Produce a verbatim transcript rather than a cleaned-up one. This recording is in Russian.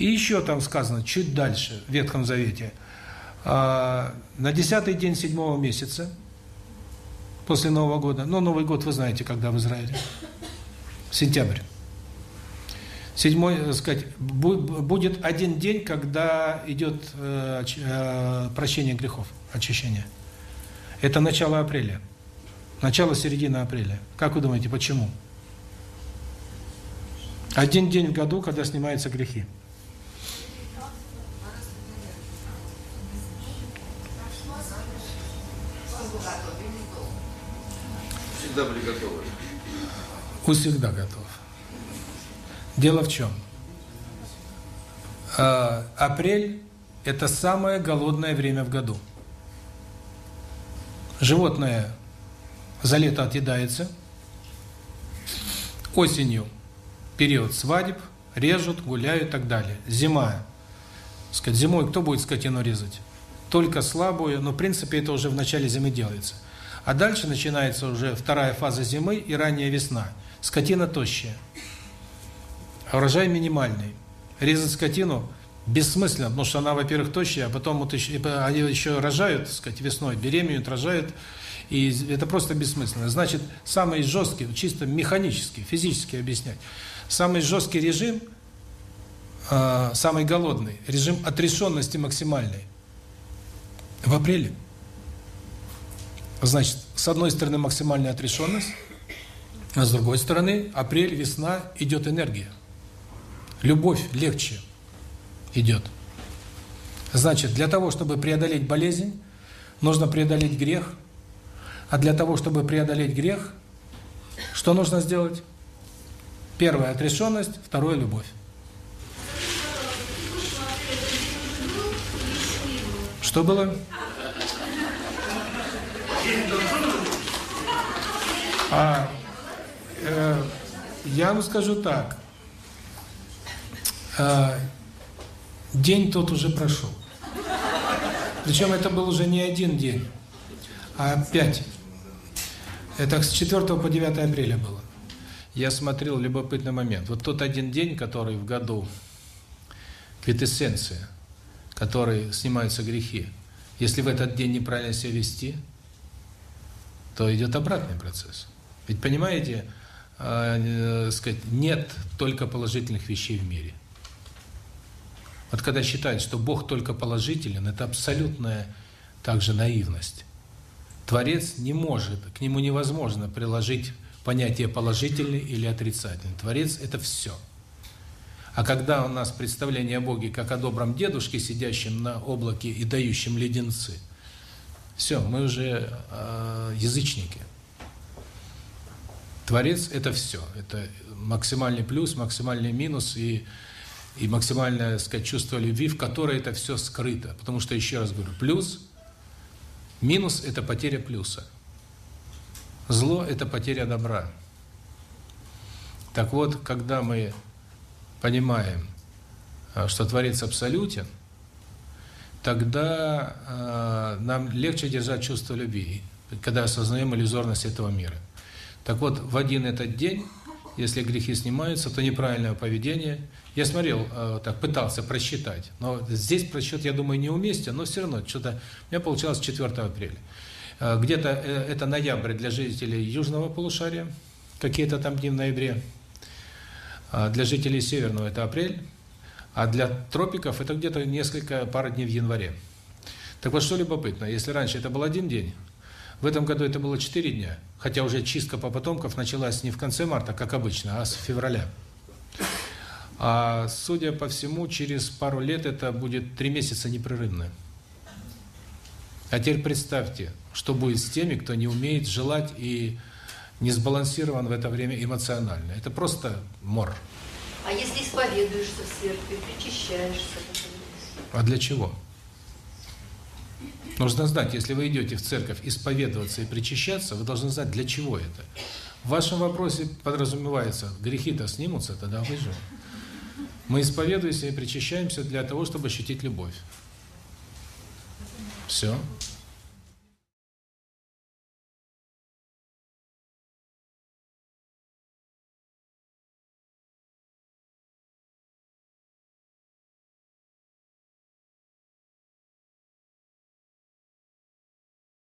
И еще там сказано, чуть дальше, в Ветхом Завете, на десятый день седьмого месяца, после Нового года, ну, Новый год вы знаете, когда в Израиле, сентябрь. Седьмой, так сказать, будет один день, когда идет э, э, прощение грехов, очищение. Это начало апреля. Начало-середина апреля. Как вы думаете, почему? Один день в году, когда снимаются грехи. Всегда были готовы. Всегда готов. Дело в чем? А, апрель – это самое голодное время в году. Животное за лето отъедается. Осенью период свадеб, режут, гуляют и так далее. Зима. Сказать, зимой кто будет скотину резать? Только слабую, но в принципе это уже в начале зимы делается. А дальше начинается уже вторая фаза зимы и ранняя весна. Скотина тощая. А урожай минимальный. Резать скотину бессмысленно, потому что она, во-первых, тощая, а потом вот еще, они еще рожают, так сказать, весной, беременеют, рожают, и это просто бессмысленно. Значит, самый жесткий, чисто механически, физически объяснять, самый жесткий режим, э, самый голодный, режим отрешенности максимальной в апреле. Значит, с одной стороны максимальная отрешенность, а с другой стороны апрель, весна, идет энергия. Любовь легче идет. Значит, для того, чтобы преодолеть болезнь, нужно преодолеть грех. А для того, чтобы преодолеть грех, что нужно сделать? Первое – отрешенность, второе – любовь. Что было? А, э, я вам скажу так. Э, день тот уже прошел. Причем это был уже не один день, а пять. Это с четвёртого по девятое апреля было. Я смотрел любопытный момент. Вот тот один день, который в году, квитэссенция, который снимаются грехи, если в этот день неправильно себя вести, то идет обратный процесс. Ведь понимаете, э, э, сказать, нет только положительных вещей в мире. Вот когда считают, что Бог только положителен, это абсолютная также наивность. Творец не может, к нему невозможно приложить понятие положительный или отрицательный. Творец – это все. А когда у нас представление о Боге как о добром дедушке, сидящем на облаке и дающем леденцы, все, мы уже э, язычники. Творец – это все. Это максимальный плюс, максимальный минус и, и максимальное, так сказать, чувство любви, в которой это все скрыто. Потому что, еще раз говорю, плюс, минус – это потеря плюса. Зло – это потеря добра. Так вот, когда мы понимаем, что Творец абсолютен, тогда э, нам легче держать чувство любви, когда осознаем иллюзорность этого мира. Так вот, в один этот день, если грехи снимаются, то неправильное поведение. Я смотрел, э, так пытался просчитать, но здесь просчет, я думаю, неуместен, но все равно что-то у меня получалось четвёртого апреля. Э, Где-то э, это ноябрь для жителей южного полушария, какие-то там дни в ноябре. А для жителей северного это апрель. А для тропиков это где-то несколько, пара дней в январе. Так вот, что любопытно, если раньше это был один день, в этом году это было четыре дня, хотя уже чистка по потомков началась не в конце марта, как обычно, а с февраля. А судя по всему, через пару лет это будет три месяца непрерывно. А теперь представьте, что будет с теми, кто не умеет желать и не сбалансирован в это время эмоционально. Это просто мор. А если исповедуешься в церкви, причащаешься? А для чего? Нужно знать, если вы идете в церковь исповедоваться и причащаться, вы должны знать, для чего это. В вашем вопросе подразумевается, грехи-то снимутся, тогда выживем. Мы исповедуемся и причащаемся для того, чтобы ощутить любовь. Все.